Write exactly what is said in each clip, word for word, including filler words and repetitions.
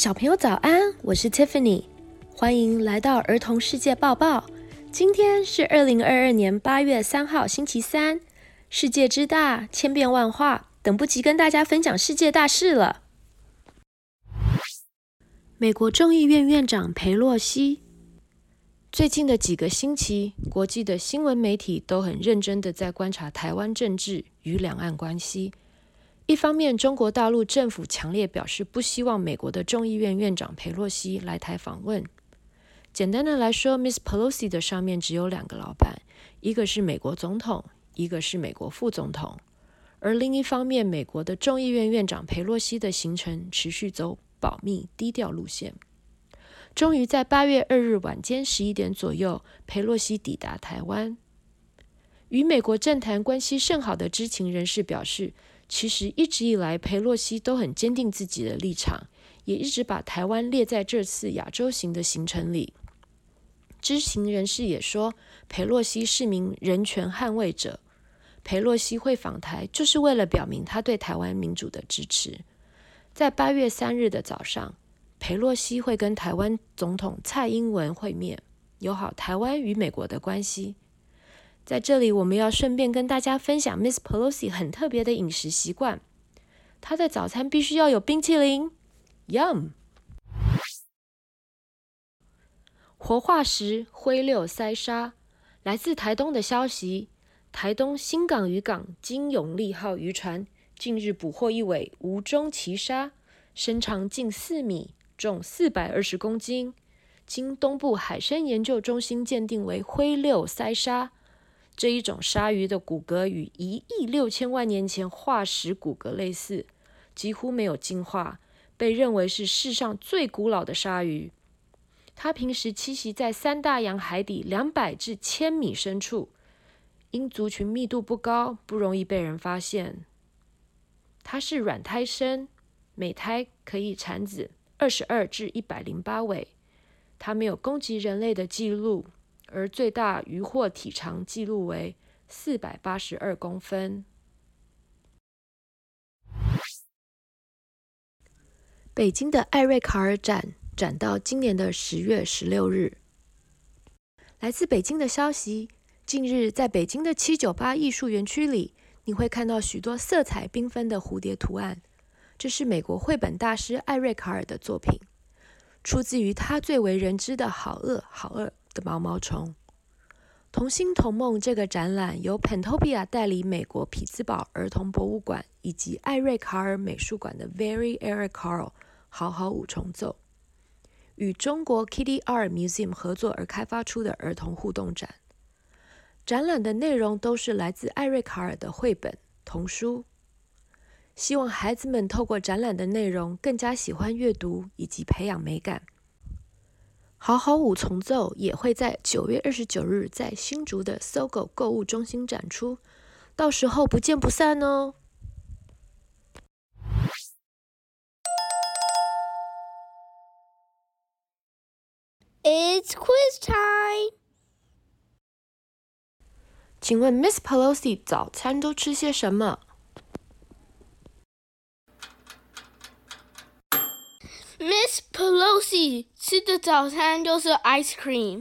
小朋友早安，我是 Tiffany， 欢迎来到儿童世界报报。今天是二零二二年八月三号星期三，世界之大，千变万化，等不及跟大家分享世界大事了。美国众议院院长裴洛西，最近的几个星期，国际的新闻媒体都很认真的在观察台湾政治与两岸关系。一方面，中国大陆政府强烈表示不希望美国的众议院院长裴洛西来台访问。简单的来说 ，Miss Pelosi 的上面只有两个老板，一个是美国总统，一个是美国副总统。而另一方面，美国的众议院院长裴洛西的行程持续走保密低调路线。终于在八月二日晚间十一点左右，裴洛西抵达台湾。与美国政坛关系甚好的知情人士表示，其实一直以来裴洛西都很坚定自己的立场，也一直把台湾列在这次亚洲行的行程里。知情人士也说，裴洛西是名人权捍卫者，裴洛西会访台就是为了表明他对台湾民主的支持。在八月三日的早上，裴洛西会跟台湾总统蔡英文会面，友好台湾与美国的关系。在这里，我们要顺便跟大家分享 Miss Pelosi 很特别的饮食习惯。她的早餐必须要有冰淇淋 ，Yum！ 活化石灰六鳃鲨，来自台东的消息，台东新港渔港金永利号渔船近日捕获一尾无中鳍鲨，身长近四米，重四百二十公斤，经东部海生研究中心鉴定为灰六鳃鲨。这一种鲨鱼的骨骼与一亿六千万年前化石骨骼类似，几乎没有进化，被认为是世上最古老的鲨鱼。它平时栖息在三大洋海底两百至千米深处，因族群密度不高，不容易被人发现。它是软胎生，每胎可以产子二十二至一百零八尾。它没有攻击人类的记录，而最大渔获体长记录为四百八十二公分。北京的艾瑞卡尔展展到今年的十月十六日。来自北京的消息，近日在北京的七九八艺术园区里，你会看到许多色彩缤纷的蝴蝶图案。这是美国绘本大师艾瑞卡尔的作品，出自于他最为人知的好饿好饿的毛毛虫。同心同梦这个展览由 Pentopia 代理美国匹兹堡儿童博物馆以及艾瑞卡尔美术馆的 Very Eric Carle 好好五重奏，与中国 Kitty Art Museum 合作而开发出的儿童互动展。展览的内容都是来自艾瑞卡尔的绘本、童书，希望孩子们透过展览的内容更加喜欢阅读以及培养美感。好好五重奏也会在九月二十九日在新竹的 S O G O 购物中心展出，到时候不见不散哦。 It's quiz time! 请问 Miss Pelosi 早餐都吃些什么？ Miss Pelosi 吃的早餐就是 ice cream。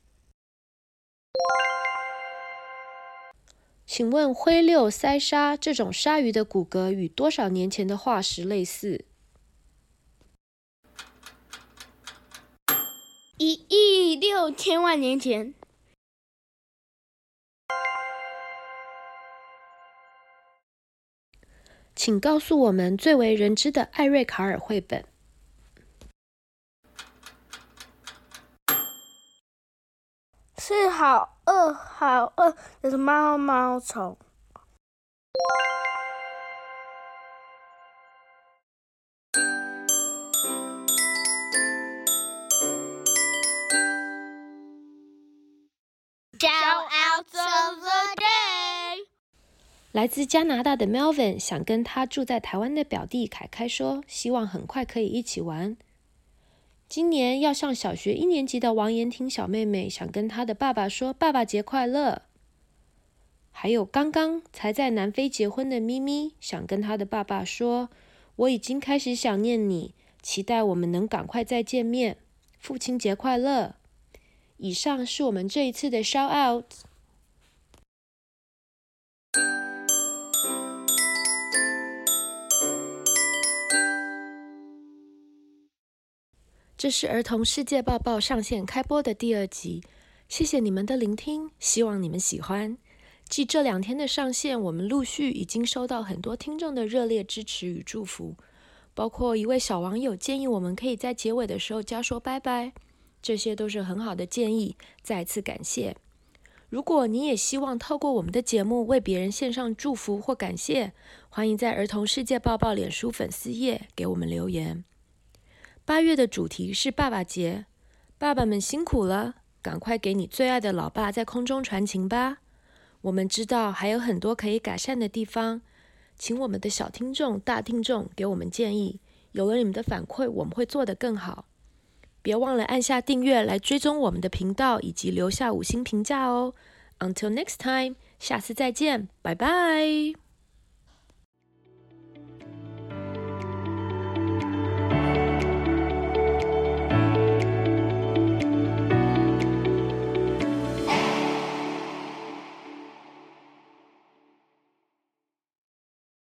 请问灰六鳃鲨这种鲨鱼的骨骼与多少年前的化石类似？ 一亿六千万年前。 请告诉我们最为人知的艾瑞卡尔绘本。 是好饿好饿的毛毛虫。Shout-outs of the day！ 来自加拿大的 Melvin 想跟他住在台湾的表弟凯凯说，希望很快可以一起玩。今年要上小学一年级的王妍婷小妹妹想跟她的爸爸说爸爸节快乐。还有刚刚才在南非结婚的咪咪想跟她的爸爸说，我已经开始想念你， 期待我们能赶快再见面。父亲节快乐！以上是我们这一次的 shout out。这是儿童世界报报上线开播的第二集，谢谢你们的聆听，希望你们喜欢。继这两天的上线，我们陆续已经收到很多听众的热烈支持与祝福，包括一位小网友建议我们可以在结尾的时候加说拜拜，这些都是很好的建议，再次感谢。如果你也希望透过我们的节目为别人献上祝福或感谢，欢迎在儿童世界报报脸书粉丝页给我们留言。八月的主题是爸爸节，爸爸们辛苦了，赶快给你最爱的老爸在空中传情吧。我们知道还有很多可以改善的地方，请我们的小听众、大听众给我们建议，有了你们的反馈，我们会做得更好。别忘了按下订阅来追踪我们的频道，以及留下五星评价哦。Until next time，下次再见，拜拜。